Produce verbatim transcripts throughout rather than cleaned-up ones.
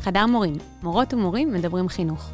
חדר מורים, מורות ומורים מדברים חינוך.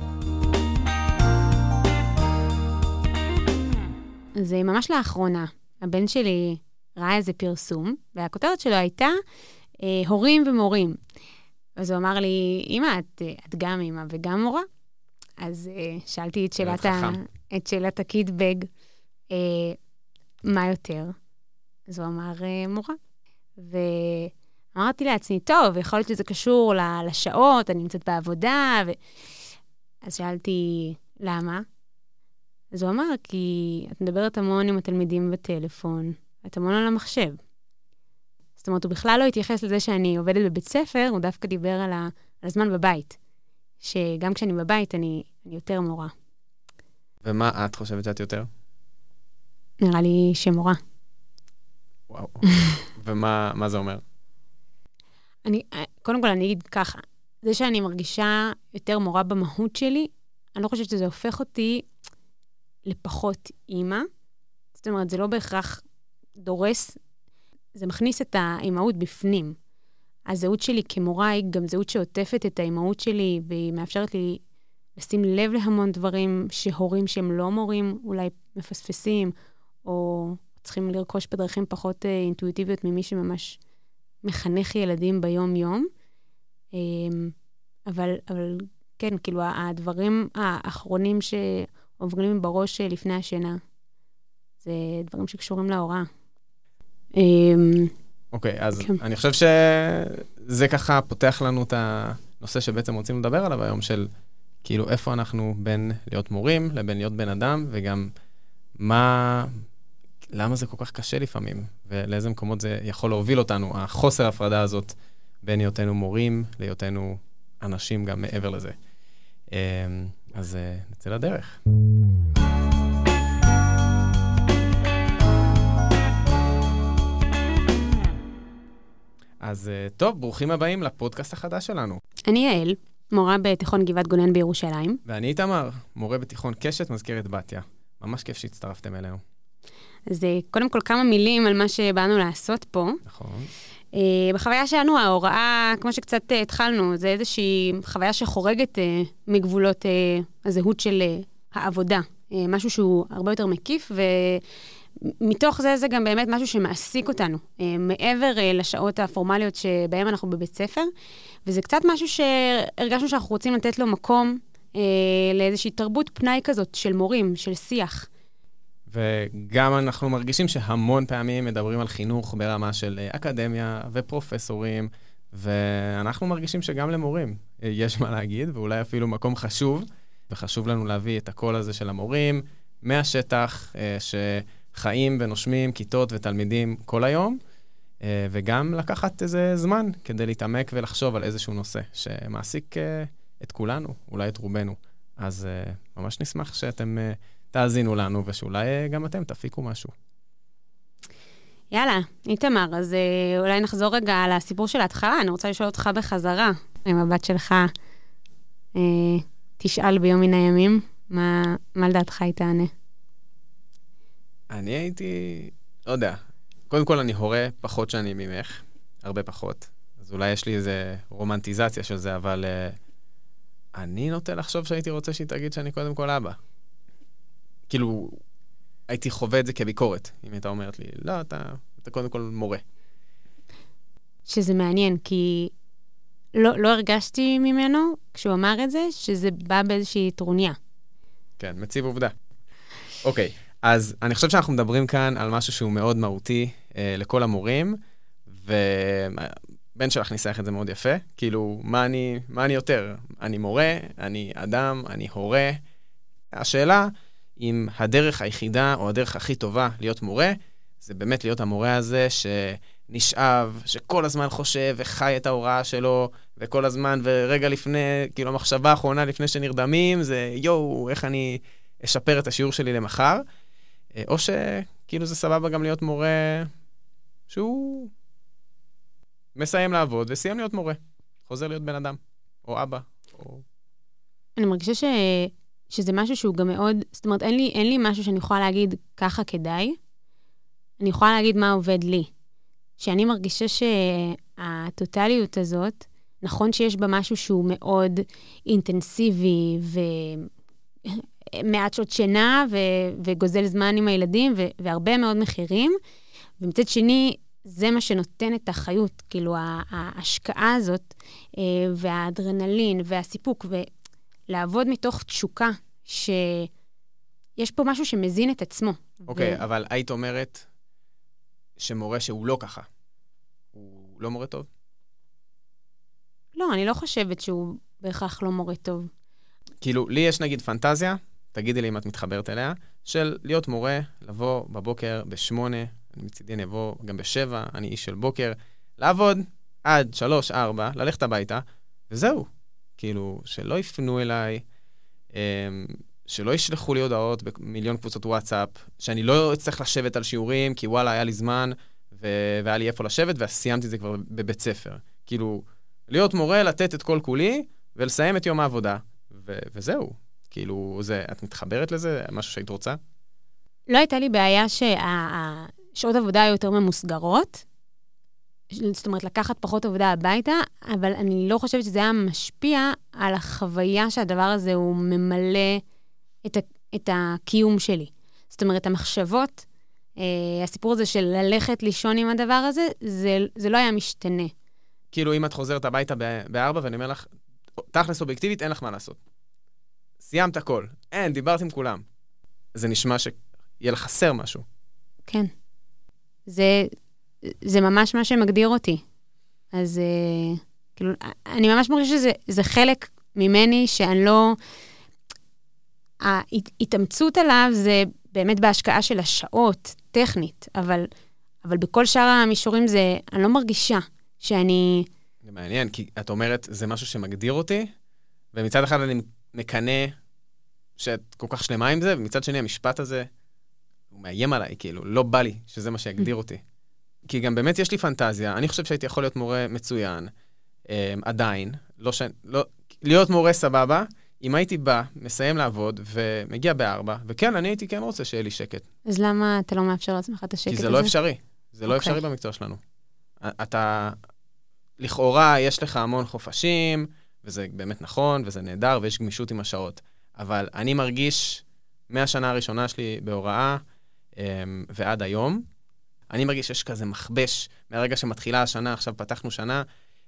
זה ממש לאחרונה. הבן שלי ראה איזה פרסום, והכותרת שלו הייתה אה, הורים ומורים. אז הוא אמר לי, אמא, את, את גם אמא וגם מורה? אז אה, שאלתי את שאלת, ה, את שאלת הקידבג, אה, מה יותר? אז הוא אמר, אה, מורה. ואמרתי לעצמי, טוב, יכול להיות שזה קשור לשעות, אני נמצאת בעבודה, ו... אז שאלתי, למה? אז הוא אמר, כי את מדברת המון עם התלמידים בטלפון, את המון על המחשב. זאת אומרת, הוא בכלל לא התייחס לזה שאני עובדת בבית ספר, הוא דווקא דיבר על, ה... על הזמן בבית. שגם כשאני בבית, אני, אני יותר מורה. ומה את חושבת שאת יותר? נראה לי שמורה. וואו. ומה מה זה אומר? אני, קודם כל, אני אגיד ככה. זה שאני מרגישה יותר מורה במהות שלי, אני לא חושבת שזה הופך אותי לפחות אימא. זאת אומרת, זה לא בהכרח דורס, זה מכניס את האימהות בפנים. הזהות שלי כמורה היא גם זהות שעוטפת את האימהות שלי, והיא מאפשרת לי לשים לב להמון דברים שהורים שהם לא מורים אולי מפספסים, או צריכים לרכוש בדרכים פחות אינטואיטיביות ממי שממש מחנך ילדים ביום-יום. אבל, אבל כן, כאילו הדברים האחרונים שעוברים בראש לפני השינה, זה דברים שקשורים להוראה. אוקיי, אז אני חושב שזה ככה פותח לנו את הנושא שבעצם רוצים לדבר עליו היום, של כאילו איפה אנחנו בין להיות מורים לבין להיות בן אדם, וגם מה, למה זה כל כך קשה לפעמים, ולאיזה מקומות זה יכול להוביל אותנו, החוסר הפרדה הזאת בין היותנו מורים להיותנו אנשים גם מעבר לזה. אז נצא לדרך. אז טוב, ברוכים הבאים לפודקאסט החדש שלנו. אני יעל, מורה בתיכון גבעת גונן בירושלים. ואני איתמר, מורה בתיכון קשת מזכרת בתיה. ממש כיף שהצטרפתם אלינו. אז קודם כל כמה מילים על מה שבאנו לעשות פה. נכון. בחוויה שלנו ההוראה, כמו שקצת התחלנו, זה איזושהי חוויה שחורגת מגבולות הזהות של העבודה. משהו שהוא הרבה יותר מקיף, ומתוך זה זה גם באמת משהו שמעסיק אותנו, מעבר לשעות הפורמליות שבהם אנחנו בבית ספר, וזה קצת משהו שהרגשנו שאנחנו רוצים לתת לו מקום לאיזושהי תרבות פנאי כזאת של מורים, של שיח. וגם אנחנו מרגישים שהמון פעמים מדברים על חינוך ברמה של אקדמיה ופרופסורים, ואנחנו מרגישים שגם למורים יש מה להגיד, ואולי אפילו מקום חשוב, וחשוב לנו להביא את הקול הזה של המורים מהשטח שחיים ונושמים כיתות ותלמידים כל היום, וגם לקחת איזה זמן כדי להתעמק ולחשוב על איזשהו נושא שמעסיק את כולנו, אולי את רובנו. אז ממש נשמח שאתם תאזינו לנו, ושאולי גם אתם תפיקו משהו. יאללה, איתמר, אז אולי נחזור רגע על הסיפור של ההתחלה. אני רוצה לשאול אותך בחזרה, אם הבת שלך אה, תשאל ביום מן הימים, מה, מה לדעתך היא תענה? אני הייתי, לא יודע, קודם כל אני הורה פחות שנים ממך, הרבה פחות, אז אולי יש לי איזה רומנטיזציה של זה, אבל אה, אני נוטה לחשוב שהייתי רוצה שהיא תגיד שאני קודם כל אבא. כאילו, הייתי חווה את זה כביקורת, אם הייתה אומרת לי, לא, אתה, אתה קודם כל מורה. שזה מעניין, כי לא, לא הרגשתי ממנו, כשהוא אמר את זה, שזה בא באיזושהי טרוניה. כן, מציב עובדה. אוקיי, אז אני חושב שאנחנו מדברים כאן על משהו שהוא מאוד מהותי אה, לכל המורים, ובן שלך ניסח את זה מאוד יפה, כאילו, מה אני, מה אני יותר? אני מורה, אני אדם, אני הורה. השאלה, אם הדרך היחידה או הדרך הכי טובה להיות מורה, זה באמת להיות המורה הזה שנשאב, שכל הזמן חושב וחי את ההוראה שלו, וכל הזמן ורגע לפני, כאילו המחשבה האחרונה לפני שנרדמים, זה יואו, איך אני אשפר את השיעור שלי למחר, או שכאילו זה סבבה גם להיות מורה שהוא מסיים לעבוד וסיים להיות מורה, חוזר להיות בן אדם, או אבא, או... אני מרגישה ש... שזה משהו שהוא גם מאוד, זאת אומרת, אין לי, אין לי משהו שאני יכולה להגיד ככה כדאי, אני יכולה להגיד מה עובד לי. שאני מרגישה שהטוטליות הזאת נכון שיש בה משהו שהוא מאוד אינטנסיבי, ומעט שעות שינה, ו... וגוזל זמן עם הילדים, ו... והרבה מאוד מחירים, ומצד שני, זה מה שנותן את החיות, כאילו ההשקעה הזאת, והאדרנלין, והסיפוק, ולעבוד מתוך תשוקה, שיש פה משהו שמזין את עצמו. אוקיי, okay, אבל היית אומרת שמורה שהוא לא ככה, הוא לא מורה טוב? לא, אני לא חושבת שהוא בהכרח לא מורה טוב. כאילו, לי יש נגיד פנטזיה, תגידי לי אם את מתחברת אליה, של להיות מורה, לבוא בבוקר בשמונה, אני מצידי אני אבוא גם בשבע, אני איש של בוקר, לעבוד עד שלוש, ארבע, ללכת הביתה, וזהו. כאילו, שלא יפנו אליי, שלא ישלחו לי הודעות במיליון קבוצות וואטסאפ, שאני לא אצטרך לשבת על שיעורים, כי וואלה, היה לי זמן, ו- והיה לי איפה לשבת, וסיימתי את זה כבר בבית ספר. כאילו, להיות מורה, לתת את כל כולי, ולסיים את יום העבודה, ו- וזהו. כאילו, זה, את מתחברת לזה? משהו שהיית רוצה? לא הייתה לי בעיה שהשעות עבודה היו יותר ממוסגרות, זאת אומרת, לקחת פחות עבודה הביתה, אבל אני לא חושבת שזה היה משפיע על החוויה שהדבר הזה הוא ממלא את, ה- את הקיום שלי. זאת אומרת, המחשבות, אה, הסיפור הזה של ללכת לישון עם הדבר הזה, זה, זה לא היה משתנה. כאילו, אם את חוזרת הביתה בארבע, ואני אומר לך, תכלס אובייקטיבית, אין לך מה לעשות. סיימת הכל. אין, דיברת עם כולם. זה נשמע שיהיה לך חסר משהו. כן. זה, זה ממש מה שמגדיר אותי. אז, אה, כאילו, אני ממש מרגישה שזה זה חלק ממני שאני לא... ההתאמצות עליו זה באמת בהשקעה של השעות, טכנית, אבל, אבל בכל שאר המישורים זה, אני לא מרגישה שאני... זה מעניין, כי את אומרת, זה משהו שמגדיר אותי, ומצד אחד אני מקנה שאת כל כך שלמה עם זה, ומצד שני המשפט הזה, הוא מאיים עליי, כאילו, לא בא לי שזה מה שיגדיר אותי. כי גם באמת יש לי פנטזיה, אני חושב שהייתי יכול להיות מורה מצוין, אה, עדיין, לא ש... לא... להיות מורה סבבה, אם הייתי בא, מסיים לעבוד, ומגיע בארבע, וכן, אני הייתי כן רוצה שיהיה לי שקט. אז למה אתה לא מאפשר לעצמך את השקט הזה? כי זה לא אפשרי. זה לא אפשרי במקצוע שלנו. אתה, לכאורה, יש לך המון חופשים, וזה באמת נכון, וזה נהדר, ויש גמישות עם השעות. אבל אני מרגיש, מהשנה הראשונה שלי בהוראה, ועד היום, אני מרגיש שיש כזה מחבש, מהרגע שמתחילה השנה, עכשיו פתחנו שנה,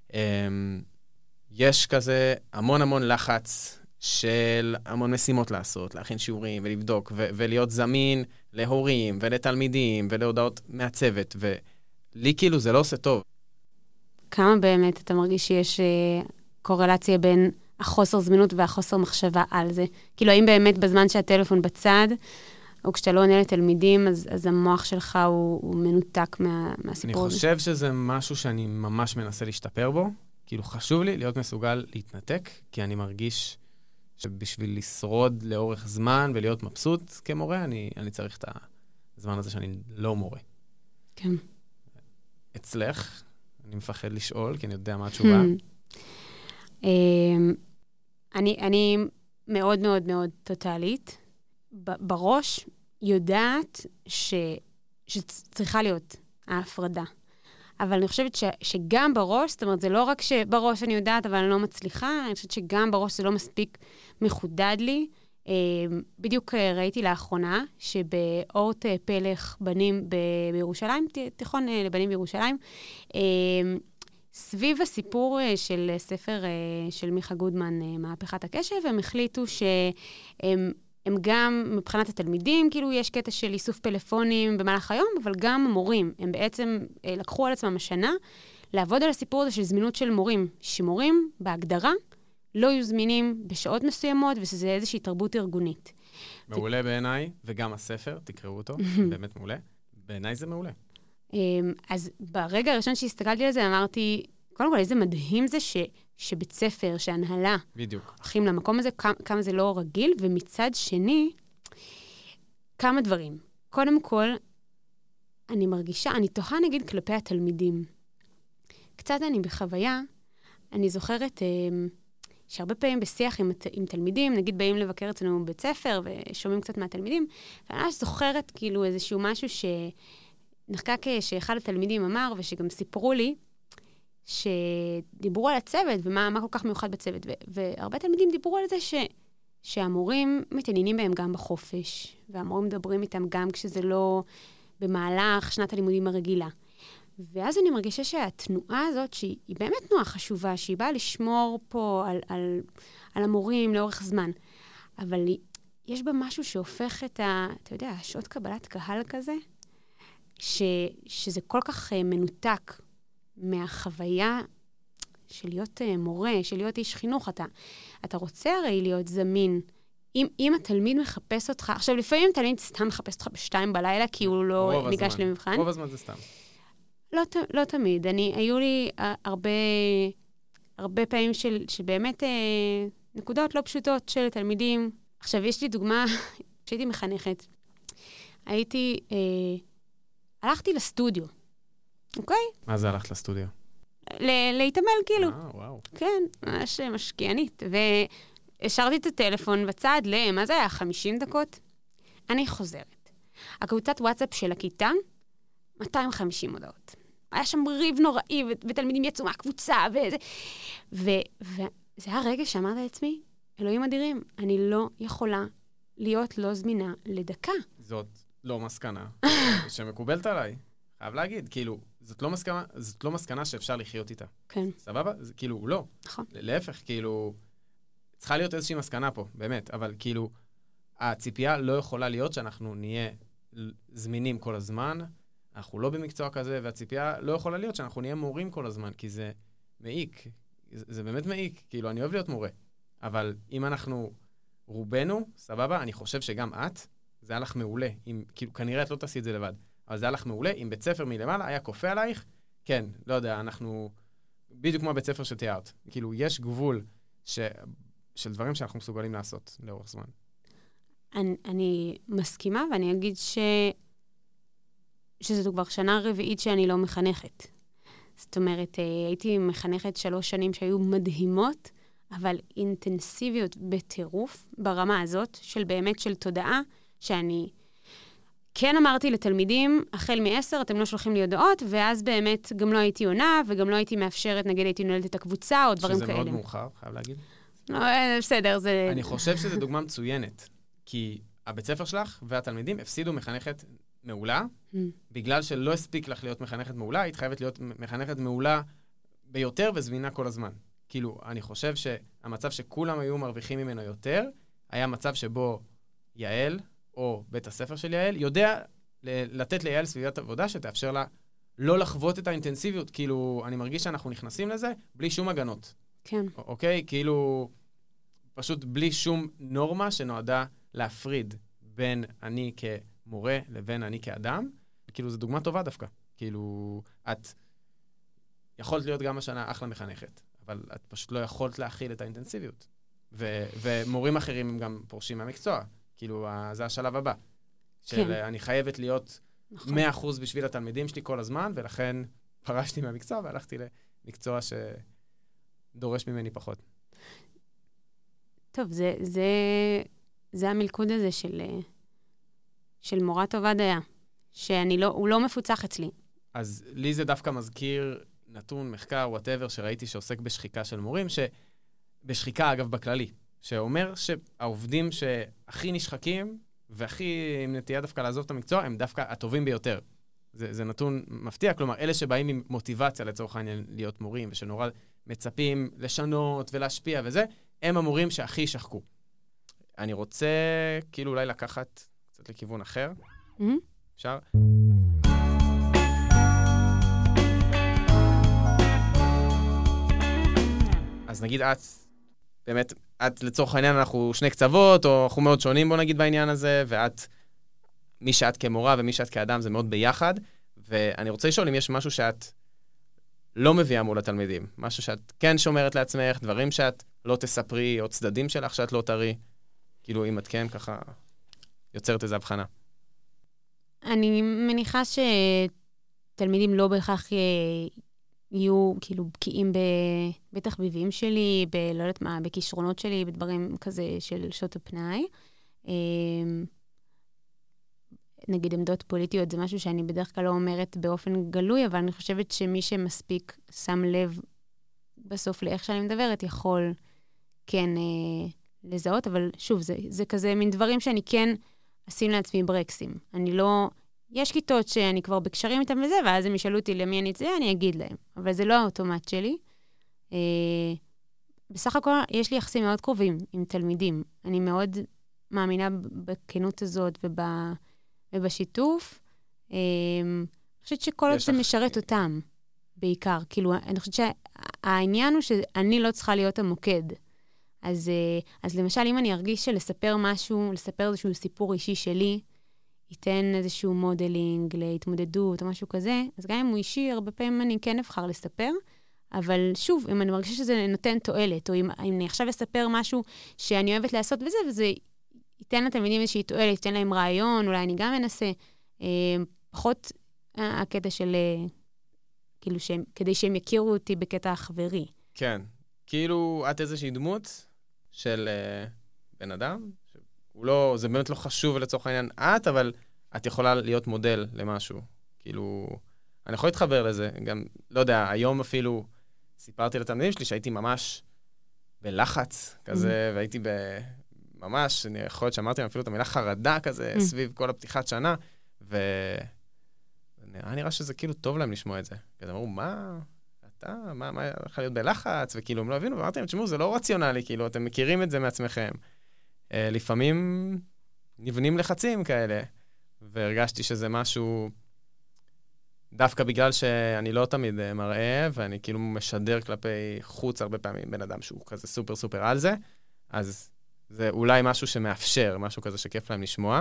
יש כזה המון המון לחץ של המון משימות לעשות, להכין שיעורים ולבדוק, ו- ולהיות זמין להורים ולתלמידים ולהודעות מהצוות, ולי כאילו זה לא עושה טוב. כמה באמת אתה מרגיש שיש אה, קורלציה בין החוסר זמינות והחוסר מחשבה על זה? כאילו, האם באמת בזמן שהטלפון בצד, או כשאתה לא עונה לתלמידים, אז, אז המוח שלך הוא, הוא מנותק מה, מהסיפור הזה? אני חושב שזה משהו שאני ממש מנסה להשתפר בו. כאילו, חשוב לי להיות מסוגל להתנתק, כי אני מרגיש שבשביל לשרוד לאורך זמן ולהיות מבסוט כמורה, אני, אני צריך את הזמן הזה שאני לא מורה. כן. אצלך, אני מפחד לשאול, כי אני יודע מה התשובה. אני, אני מאוד מאוד מאוד טוטלית. בראש יודעת ש, שצריכה להיות ההפרדה. אבל אני חושבת ש, שגם בראש, זאת אומרת, זה לא רק שבראש אני יודעת, אבל אני לא מצליחה, אני חושבת שגם בראש זה לא מספיק מחודד לי. בדיוק ראיתי לאחרונה שבאורט פלך בנים בירושלים, תיכון לבנים בירושלים, סביב הסיפור של ספר של מיכה גודמן, מהפכת הקשב, הם החליטו שהם הם גם, מבחינת התלמידים, כאילו יש קטע של איסוף פלאפונים במהלך היום, אבל גם מורים. הם בעצם לקחו על עצמם השנה לעבוד על הסיפור הזה של זמינות של מורים. שמורים, בהגדרה, לא יהיו זמינים בשעות מסוימות, ושזה איזושהי תרבות ארגונית. מעולה בעיניי, וגם הספר, תקראו אותו, באמת מעולה. בעיניי זה מעולה. אז ברגע הראשון שהסתכלתי על זה, אמרתי, קודם כל, איזה מדהים זה ש... שבית ספר, שהנהלה, בדיוק. הולכים למקום הזה, כמה, כמה זה לא רגיל, ומצד שני, כמה דברים. קודם כל, אני מרגישה, אני תוהה נגיד כלפי התלמידים. קצת אני בחוויה, אני זוכרת אה, שהרבה פעמים בשיח עם, עם תלמידים, נגיד באים לבקר אצלנו בבית ספר, ושומעים קצת מהתלמידים, ואני ממש זוכרת כאילו איזשהו משהו שנחקק שאחד התלמידים אמר, ושגם סיפרו לי, שדיברו על הצוות, ומה מה כל כך מיוחד בצוות, ו, והרבה תלמידים דיברו על זה ש, שהמורים מתעניינים בהם גם בחופש, והמורים מדברים איתם גם כשזה לא במהלך שנת הלימודים הרגילה. ואז אני מרגישה שהתנועה הזאת, שהיא באמת תנועה חשובה, שהיא באה לשמור פה על, על, על המורים לאורך זמן, אבל יש בה משהו שהופך את ה... אתה יודע, שעות קבלת קהל כזה, ש, שזה כל כך uh, מנותק מהחוויה של להיות uh, מורה, של להיות איש חינוך. אתה, אתה רוצה הרי להיות זמין. אם, אם התלמיד מחפש אותך... עכשיו, לפעמים תלמיד סתם מחפש אותך בשתיים בלילה, כי הוא לא ניגש הזמן. למבחן. רוב הזמן זה סתם. לא, לא תמיד. אני, היו לי uh, הרבה, הרבה פעמים של, שבאמת uh, נקודות לא פשוטות של תלמידים. עכשיו, יש לי דוגמה, כשהייתי מחנכת, הייתי, אה, הלכתי לסטודיו, אוקיי? מה זה הלכת לסטודיו? ל- להתאמל, כאילו. אה, וואו. כן, ממש משקיענית. והשארתי את הטלפון בצד ל... מה זה היה? חמישים דקות? אני חוזרת. הקבוצת וואטסאפ של הכיתה, מאתיים וחמישים הודעות. היה שם ריב נוראי, ותלמידים יצאו מהקבוצה, וזה... וזה היה רגע שאמרתי לעצמי, אלוהים אדירים, אני לא יכולה להיות לא זמינה לדקה. זאת לא מסקנה שמקובלת עליי. חייב להגיד, כאילו, זאת לא מסקנה, זאת לא מסקנה שאפשר לחיות איתה. כן. סבבה? זה, כאילו, לא. נכון. להפך, כאילו, צריכה להיות איזושהי מסקנה פה, באמת, אבל כאילו, הציפייה לא יכולה להיות שאנחנו נהיה זמינים כל הזמן, אנחנו לא במקצוע כזה, והציפייה לא יכולה להיות שאנחנו נהיה מורים כל הזמן, כי זה מעיק. זה, זה באמת מעיק. כאילו, אני אוהב להיות מורה. אבל אם אנחנו רובנו, סבבה, אני חושב שגם את, זה היה לך מעולה. אם, כאילו, כנראה את לא תעשי את זה לבד. אבל זה היה לך מעולה. אם בית ספר מלמעלה היה כופה עלייך, כן, לא יודע, אנחנו בדיוק כמו הבית ספר שתיארת. כאילו, יש גבול ש, של דברים שאנחנו מסוגלים לעשות לאורך זמן. אני, אני מסכימה, ואני אגיד ש... שזו כבר שנה רביעית שאני לא מחנכת. זאת אומרת, הייתי מחנכת שלוש שנים שהיו מדהימות, אבל אינטנסיביות בטירוף ברמה הזאת, של באמת של תודעה, שאני כן אמרתי לתלמידים, החל מ-עשר אתם לא שולחים לי הודעות, ואז באמת גם לא הייתי עונה, וגם לא הייתי מאפשרת, נגיד הייתי נולדת את הקבוצה, או דברים כאלה. שזה מאוד מאוחר, חייב להגיד. לא, בסדר, זה... אני חושב שזו דוגמה מצוינת, כי הבית ספר שלך והתלמידים הפסידו מחנכת מעולה, בגלל שלא הספיק לך להיות מחנכת מעולה, היית חייבת להיות מחנכת מעולה ביותר וזמינה כל הזמן. כאילו, אני חושב שהמצב שכולם היו מרוויחים ממנו יותר, היה מצב שבו יעל, או בית הספר של יעל, יודע לתת ליעל סביבת עבודה שתאפשר לה לא לחוות את האינטנסיביות. כאילו, אני מרגיש שאנחנו נכנסים לזה בלי שום הגנות. כן. אוקיי? כאילו, פשוט בלי שום נורמה שנועדה להפריד בין אני כמורה לבין אני כאדם. כאילו, זו דוגמה טובה דווקא. כאילו, את יכולת להיות גם השנה אחלה מחנכת. אבל את פשוט לא יכולת להכיל את האינטנסיביות. ו- ומורים אחרים הם גם פורשים מהמקצוע. כאילו, זה השלב הבא. של כן. אני חייבת להיות נכון. מאה אחוז בשביל התלמידים שלי כל הזמן, ולכן פרשתי מהמקצוע והלכתי למקצוע שדורש ממני פחות. טוב, זה, זה, זה המלכוד הזה של, של מורה טובה דייה, שאני לא, הוא לא מפוצח אצלי. אז לי זה דווקא מזכיר נתון, מחקר, whatever, שראיתי שעוסק בשחיקה של מורים, שבשחיקה, אגב, בכללי, שאומר שהעובדים שהכי נשחקים, והכי עם נטייה דווקא לעזוב את המקצוע, הם דווקא הטובים ביותר. זה, זה נתון מפתיע, כלומר, אלה שבאים עם מוטיבציה לצורך העניין להיות מורים, ושנורא מצפים לשנות ולהשפיע וזה, הם המורים שהכי שחקו. אני רוצה כאילו אולי לקחת קצת לכיוון אחר. Mm-hmm. אפשר? אז נגיד את, באמת, את לצורך העניין אנחנו שני קצוות, או אנחנו מאוד שונים בוא נגיד בעניין הזה, ואת, מי שאת כמורה ומי שאת כאדם זה מאוד ביחד, ואני רוצה לשאול אם יש משהו שאת לא מביאה מול התלמידים, משהו שאת כן שומרת לעצמך, דברים שאת לא תספרי, או צדדים שלך שאת לא תראי, כאילו אם את כן ככה יוצרת איזו הבחנה. אני מניחה שתלמידים לא בהכרח יהיו כאילו בקיאים בתחביבים שלי, ב, לא יודעת מה, בכישרונות שלי, בדברים כזה של שעות הפנאי. נגיד עמדות פוליטיות, זה משהו שאני בדרך כלל לא אומרת באופן גלוי, אבל אני חושבת שמי שמספיק שם לב בסוף לאיך שאני מדברת, יכול כן אה, לזהות, אבל שוב, זה, זה כזה מין דברים שאני כן אשים לעצמי ברקסים. אני לא... יש כיתות שאני כבר בקשרים איתם וזה, ואז הם ישאלו אותי למי אני אצא, אני אגיד להם. אבל זה לא האוטומט שלי. אה, בסך הכל, יש לי יחסים מאוד קרובים עם תלמידים. אני מאוד מאמינה בכנות הזאת וב, ובשיתוף. אה, אני חושבת שכל עוד זה לך... משרת אותם, בעיקר. כאילו, אני חושבת שהעניין הוא שאני לא צריכה להיות המוקד. אז, אז למשל, אם אני ארגיש שלספר משהו, לספר איזשהו סיפור אישי שלי, ייתן איזשהו מודלינג להתמודדות או משהו כזה, אז גם אם הוא אישי, הרבה פעמים אני כן אבחר לספר, אבל שוב, אם אני מרגישה שזה נותן תועלת, או אם, אם אני עכשיו אספר משהו שאני אוהבת לעשות וזה, וזה ייתן לתלמידים איזושהי תועלת, ייתן להם רעיון, אולי אני גם אנסה, אה, פחות אה, הקטע של, אה, כאילו, שהם, כדי שהם יכירו אותי בקטע החברי. כן, כאילו את איזושהי דמות של אה, בן אדם, הוא לא, זה באמת לא חשוב לצורך העניין את, אבל את יכולה להיות מודל למשהו. כאילו, אני יכול להתחבר לזה. גם, לא יודע, היום אפילו סיפרתי לתלמידים שלי שהייתי ממש בלחץ כזה, mm-hmm. והייתי ממש, אני יכול להיות שאמרתי להם אפילו את המילה חרדה כזה, mm-hmm. סביב כל הפתיחת שנה, ונראה נראה שזה כאילו טוב להם לשמוע את זה. כזה אמרו, מה... אתה, מה, מה יכול להיות בלחץ? וכאילו, הם לא הבינו, ואמרתי להם, תשמעו, זה לא רציונלי, כאילו, אתם מכירים את זה מעצמכם. לפעמים נבנים לחצים כאלה, והרגשתי שזה משהו, דווקא בגלל שאני לא תמיד מראה, ואני כאילו משדר כלפי חוץ הרבה פעמים בן אדם שהוא כזה סופר סופר על זה, אז זה אולי משהו שמאפשר, משהו כזה שכיף להם לשמוע.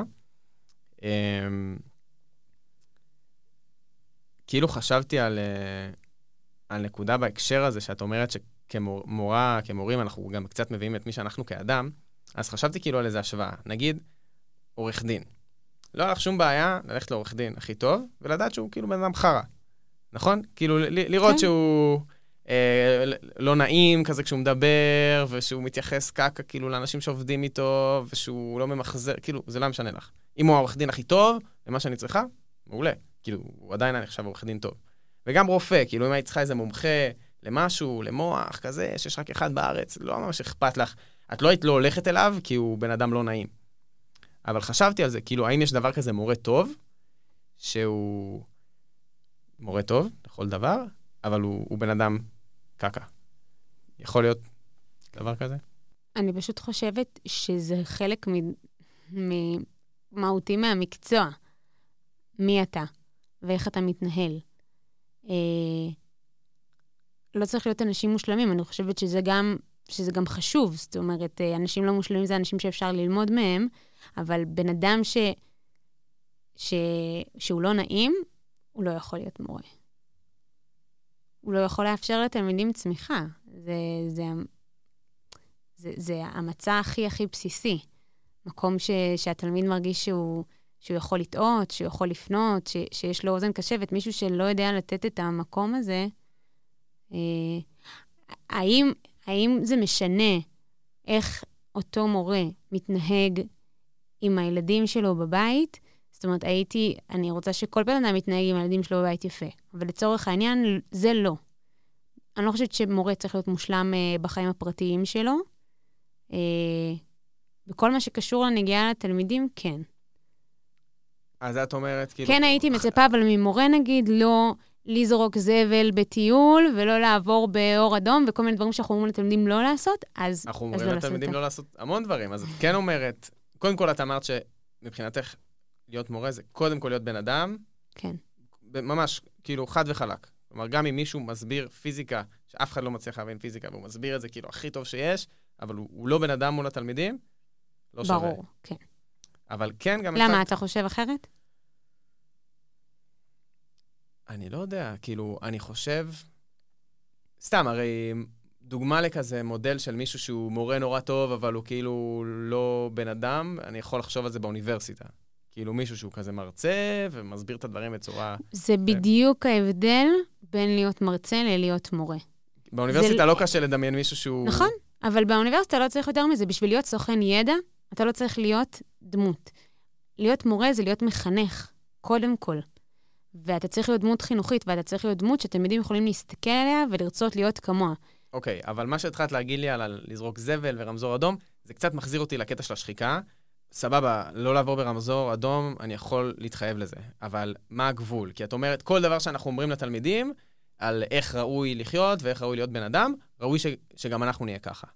כאילו חשבתי על, על נקודה בהקשר הזה, שאת אומרת שכמורה, כמורים, אנחנו גם קצת מביאים את מי שאנחנו כאדם, אז חשבתי כאילו על איזה השוואה. נגיד, עורך דין. לא הלך שום בעיה ללכת לעורך דין הכי טוב, ולדעת שהוא כאילו בן אדם חרה. נכון? כאילו, ל- לראות כן. שהוא אה, לא נעים כזה כשהוא מדבר, ושהוא מתייחס קקה כאילו לאנשים שעובדים איתו, ושהוא לא ממחזר, כאילו, זה לא משנה לך. אם הוא העורך דין הכי טוב, למה שאני צריכה, מעולה. כאילו, הוא עדיין אני חושב עורך דין טוב. וגם רופא, כאילו, אם היית צריכה איזה מומחה למשהו, למוח, כזה, שיש רק אחד בארץ, לא ממש אכפת לך. את לא היית לא הולכת אליו, כי הוא בן אדם לא נעים. אבל חשבתי על זה, כאילו, האם יש דבר כזה מורה טוב, שהוא מורה טוב לכל דבר, אבל הוא, הוא בן אדם קקה. יכול להיות דבר כזה? אני פשוט חושבת שזה חלק מהותי מהמקצוע. מי אתה, ואיך אתה מתנהל. אה, לא צריך להיות אנשים מושלמים, אני חושבת שזה גם... שזה גם חשוב, זאת אומרת, אנשים לא מושלמים זה אנשים שאפשר ללמוד מהם, אבל בן אדם ש... ש... שהוא לא נעים, הוא לא יכול להיות מורה. הוא לא יכול לאפשר לתלמידים צמיחה. זה, זה, זה, זה המצע הכי הכי בסיסי. מקום ש... שהתלמיד מרגיש שהוא, שהוא יכול לטעות, שהוא יכול לפנות, ש... שיש לו אוזן קשבת, מישהו שלא יודע לתת את המקום הזה. האם... האם זה משנה איך אותו מורה מתנהג עם הילדים שלו בבית? זאת אומרת, הייתי, אני רוצה שכל בן אדם מתנהג עם הילדים שלו בבית יפה. אבל לצורך העניין, זה לא. אני לא חושבת שמורה צריך להיות מושלם אה, בחיים הפרטיים שלו. אה, בכל מה שקשור לנגיעה לתלמידים, כן. אז את אומרת, כאילו... כן, הייתי מצפה, אבל ממורה נגיד, לא... לזרוק זבל בטיול, ולא לעבור באור אדום, וכל מיני דברים שאנחנו אומרים לתלמידים לא לעשות, אז, אנחנו אז אומרים לא לתלמידים לא לעשות המון דברים, אז את כן אומרת, קודם כל את אמרת שמבחינתך להיות מורה זה קודם כל להיות בן אדם, כן. ממש, כאילו, חד וחלק. כלומר, גם אם מישהו מסביר פיזיקה, שאף אחד לא מצליח להבין פיזיקה, והוא מסביר את זה כאילו הכי טוב שיש, אבל הוא, הוא לא בן אדם מול התלמידים, לא שווה. ברור, כן. אבל כן גם... למה, אתה חושב אחרת? אני לא יודע, כאילו, אני חושב... סתם, הרי דוגמה לכזה מודל של מישהו שהוא מורה נורא טוב, אבל הוא כאילו לא בן אדם, אני יכול לחשוב על זה באוניברסיטה. כאילו מישהו שהוא כזה מרצה ומסביר את הדברים בצורה... זה בדיוק ההבדל בין להיות מרצה ללהיות מורה. באוניברסיטה לא קשה לדמיין מישהו שהוא... נכון, אבל באוניברסיטה לא צריך יותר מזה. בשביל להיות סוכן ידע, אתה לא צריך להיות דמות. להיות מורה זה להיות מחנך, קודם כל. ואתה צריך להיות דמות חינוכית, ואתה צריך להיות דמות שתלמידים יכולים להסתכל עליה ולרצות להיות כמוה. אוקיי, אבל מה שהתחלת להגיד לי על לזרוק זבל ורמזור אדום, זה קצת מחזיר אותי לקטע של השחיקה. סבבה, לא לעבור ברמזור אדום, אני יכול להתחייב לזה. אבל מה הגבול? כי את אומרת, כל דבר שאנחנו אומרים לתלמידים, על איך ראוי לחיות ואיך ראוי להיות בן אדם, ראוי ש, שגם אנחנו נהיה ככה.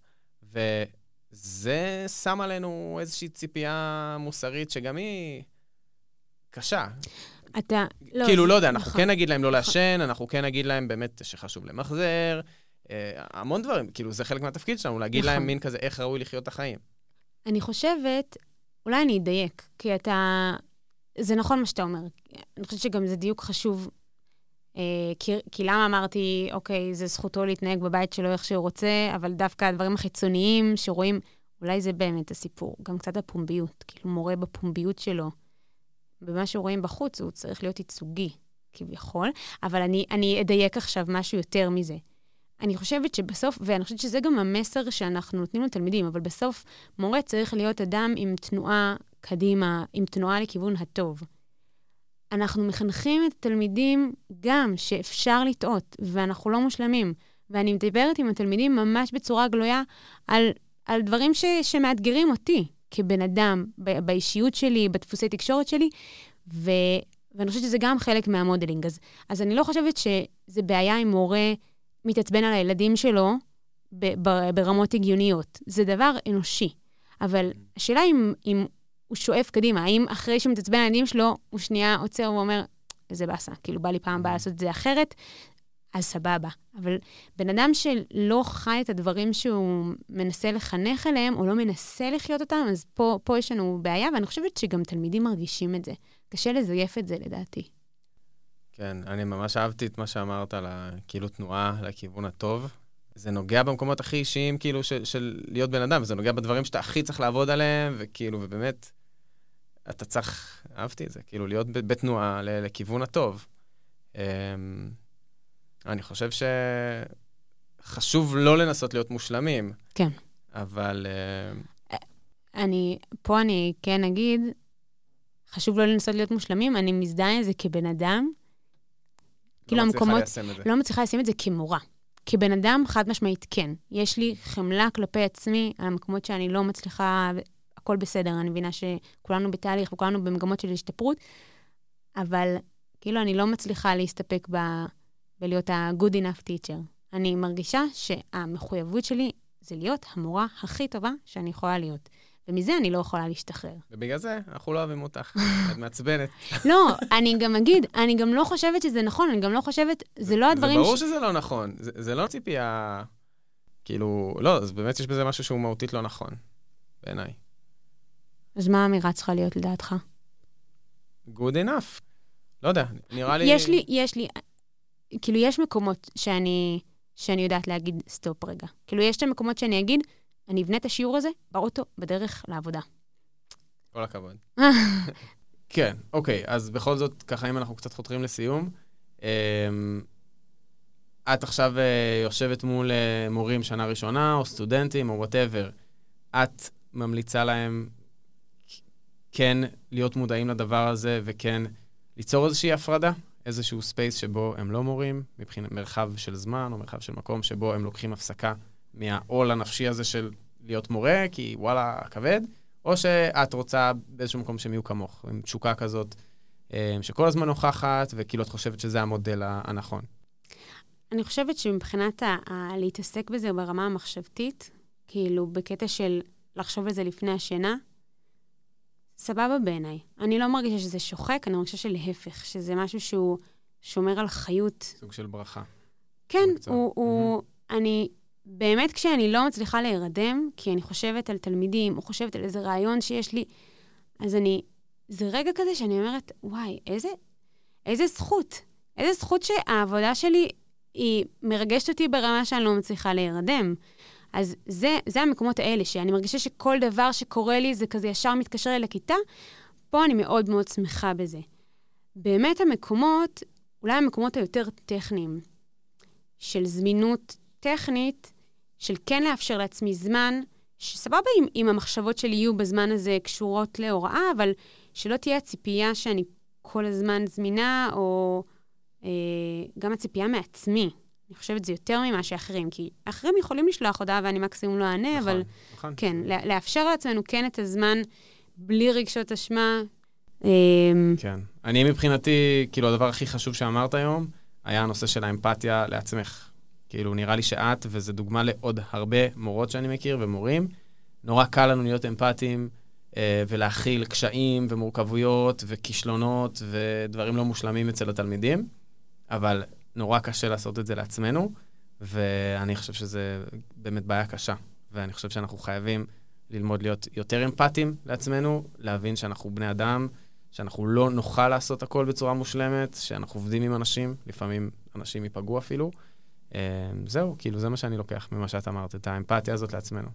וזה שם עלינו איזושהי ציפייה מוסרית שגם היא קשה. אתה... לא, כאילו, זה... לא יודע, אנחנו נכון. כן נגיד להם לא לעשן, אנחנו כן נגיד להם באמת שחשוב למחזר, אה, המון דברים, כאילו, זה חלק מהתפקיד שלנו, להגיד נכון. להם מין כזה, איך ראוי לחיות את החיים. אני חושבת, אולי אני אדייק, כי אתה... זה נכון מה שאתה אומר. אני חושבת שגם זה דיוק חשוב, אה, כי, כי למה אמרתי, אוקיי, זה זכותו להתנהג בבית שלו איך שהוא רוצה, אבל דווקא הדברים החיצוניים שרואים, אולי זה באמת הסיפור, גם קצת הפומביות, כאילו מורה בפומביות שלו, במה שרואים בחוץ, הוא צריך להיות ייצוגי, כביכול, אבל אני, אני אדייק עכשיו משהו יותר מזה. אני חושבת שבסוף, ואני חושבת שזה גם המסר שאנחנו נותנים לתלמידים, אבל בסוף מורה צריך להיות אדם עם תנועה קדימה, עם תנועה לכיוון הטוב. אנחנו מחנכים את התלמידים גם שאפשר לטעות, ואנחנו לא מושלמים. ואני מדברת עם התלמידים ממש בצורה גלויה על, על דברים ש, שמאתגרים אותי כבן אדם, ב, באישיות שלי, בדפוסי תקשורת שלי, ו, ואני חושבת שזה גם חלק מהמודלינג. אז, אז אני לא חושבת שזה בעיה עם מורה מתעצבן על הילדים שלו ב, ב, ברמות הגיוניות. זה דבר אנושי. אבל השאלה אם, אם הוא שואף קדימה, האם אחרי שהוא מתעצבן על הילדים שלו, הוא שנייה עוצר ואומר, זה באסה, כאילו בא לי פעם באה לעשות את זה אחרת, אז סבבה. אבל בן אדם שלא חי את הדברים שהוא מנסה לחנך אליהם, או לא מנסה לחיות אותם, אז פה, פה יש לנו בעיה, ואני חושבת שגם תלמידים מרגישים את זה. קשה לזייף את זה, לדעתי. כן, אני ממש אהבתי את מה שאמרת על כאילו תנועה לכיוון הטוב. זה נוגע במקומות הכי אישיים, כאילו, של, של להיות בן אדם, וזה נוגע בדברים שאתה הכי צריך לעבוד עליהם, וכאילו, ובאמת, אתה צריך, אהבתי את זה, כאילו, להיות בתנועה לכיוון הטוב. אני חושב שחשוב לא לנסות להיות מושלמים. כן. אבל... אני, פה אני כן אגיד, חשוב לא לנסות להיות מושלמים, אני מזדהה עם זה כבן אדם. לא מצליחה ליישם את זה. לא מצליחה ליישם את זה כמורה. כבן אדם, חד משמעית כן. יש לי חמלה כלפי עצמי, על המקומות שאני לא מצליחה, הכל בסדר, אני מבינה שכולנו בתהליך וכולנו במגמות של השתפרות, אבל כאילו אני לא מצליחה להסתפק ב... בלהיות ה-good enough teacher. אני מרגישה שהמחויבות שלי זה להיות המורה הכי טובה שאני יכולה להיות. ומזה אני לא יכולה להשתחרר. ובגלל זה אנחנו לא אוהבים אותך, את מעצבנת. לא, אני גם אגיד, אני גם לא חושבת שזה נכון, אני גם לא חושבת, זה לא הדברים... זה ברור שזה לא נכון, זה לא ציפייה, כאילו, לא, אז באמת יש בזה משהו שהוא מהותית לא נכון, בעיניי. אז מה האמירה צריכה להיות לדעתך? Good enough. לא יודע, נראה לי... יש לי, יש לי, כאילו, יש מקומות שאני, שאני יודעת להגיד סטופ רגע. כאילו, יש את המקומות שאני אגיד, אני אבנה את השיעור הזה באוטו בדרך לעבודה. כל הכבוד. כן, אוקיי, אז בכל זאת, ככה אם אנחנו קצת חותרים לסיום, את עכשיו יושבת מול מורים שנה ראשונה, או סטודנטים, או whatever, את ממליצה להם כן להיות מודעים לדבר הזה, וכן ליצור איזושהי הפרדה, איזשהו ספייס שבו הם לא מורים, מבחינת מרחב של זמן, או מרחב של מקום, שבו הם לוקחים הפסקה מהעול הנפשי הזה של להיות מורה, כי וואלה, כבד, או שאת רוצה באיזשהו מקום שהם יהיו כמוך, עם תשוקה כזאת, שכל הזמן נוכחת, וכאילו את חושבת שזה המודל הנכון. אני חושבת שמבחינת ה- להתעסק בזה ברמה המחשבתית, כאילו בקטע של לחשוב על זה לפני השינה, סבבה בעיניי. אני לא מרגישה שזה שוחק, אני מרגישה שלהפך, שזה משהו שהוא שומר על חיות. סוג של ברכה. כן, הוא, הוא, אני, באמת כשאני לא מצליחה להירדם, כי אני חושבת על תלמידים, או חושבת על איזה רעיון שיש לי, אז אני, זה רגע כזה שאני אומרת, וואי, איזה, איזה זכות, איזה זכות שהעבודה שלי היא מרגשת אותי ברמה שאני לא מצליחה להירדם. אז זה, זה המקומות האלה, שאני מרגישה שכל דבר שקורה לי זה כזה ישר מתקשר לי לכיתה, פה אני מאוד מאוד שמחה בזה. באמת המקומות, אולי המקומות היותר טכניים, של זמינות טכנית, של כן לאפשר לעצמי זמן, שסבבה אם, אם המחשבות שלי יהיו בזמן הזה קשורות להוראה, אבל שלא תהיה הציפייה שאני כל הזמן זמינה, או אה, גם הציפייה מעצמי. אני חושבת זה יותר ממה שאחרים, כי אחרים יכולים לשלוח הודעה ואני מקסימום לא אענה, נכון, אבל נכון. כן, לאפשר לעצמנו כן את הזמן בלי רגשות אשמה. כן. אני מבחינתי, כאילו הדבר הכי חשוב שאמרת היום, היה הנושא של האמפתיה לעצמך. כאילו נראה לי שאת, וזו דוגמה לעוד הרבה מורות שאני מכיר ומורים, נורא קל לנו להיות אמפתיים, ולהכיל קשיים ומורכבויות וכישלונות ודברים לא מושלמים אצל התלמידים, אבל נורא קשה לעשות את זה לעצמנו, ואני חושב שזה באמת בעיה קשה, ואני חושב שאנחנו חייבים ללמוד להיות יותר אמפתיים לעצמנו, להבין שאנחנו בני אדם, שאנחנו לא נוכל לעשות הכל בצורה מושלמת, שאנחנו עובדים עם אנשים, לפעמים אנשים ייפגעו אפילו. זהו, כאילו זה מה שאני לוקח ממה שאת אמרת, את האמפתיה הזאת לעצמנו.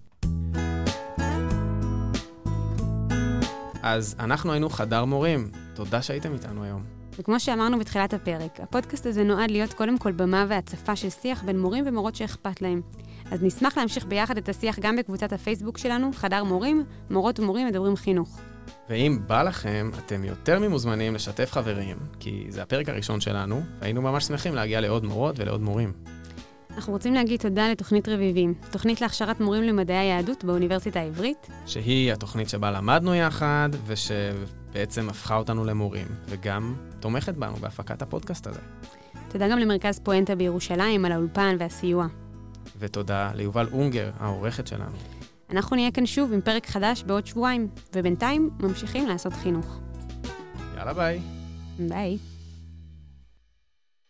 אז אנחנו היינו חדר מורים. תודה שהייתם איתנו היום. וכמו שאמרנו בתחילת הפרק, הפודקאסט הזה נועד להיות קודם כל במה והצפה של שיח בין מורים ומורות שאכפת להם. אז נשמח להמשיך ביחד את השיח גם בקבוצת הפייסבוק שלנו, חדר מורים, מורות ומורים מדברים חינוך. ואם בא לכם, אתם יותר ממוזמנים לשתף חברים, כי זה הפרק הראשון שלנו, והיינו ממש שמחים להגיע לעוד מורות ולעוד מורים. אנחנו רוצים להגיד תודה לתוכנית רביבים, תוכנית להכשרת מורים למדעי היהדות באוניברסיטה העברית. שהיא התוכנית שבה למדנו יחד, ושבעצם הפכה אותנו למורים, וגם תומכת בנו בהפקת הפודקאסט הזה. תודה גם למרכז פואנטה בירושלים על האולפן והסיוע. ותודה ליובל אונגר, העורכת שלנו. אנחנו נהיה כאן שוב עם פרק חדש בעוד שבועיים, ובינתיים ממשיכים לעשות חינוך. יאללה ביי. ביי.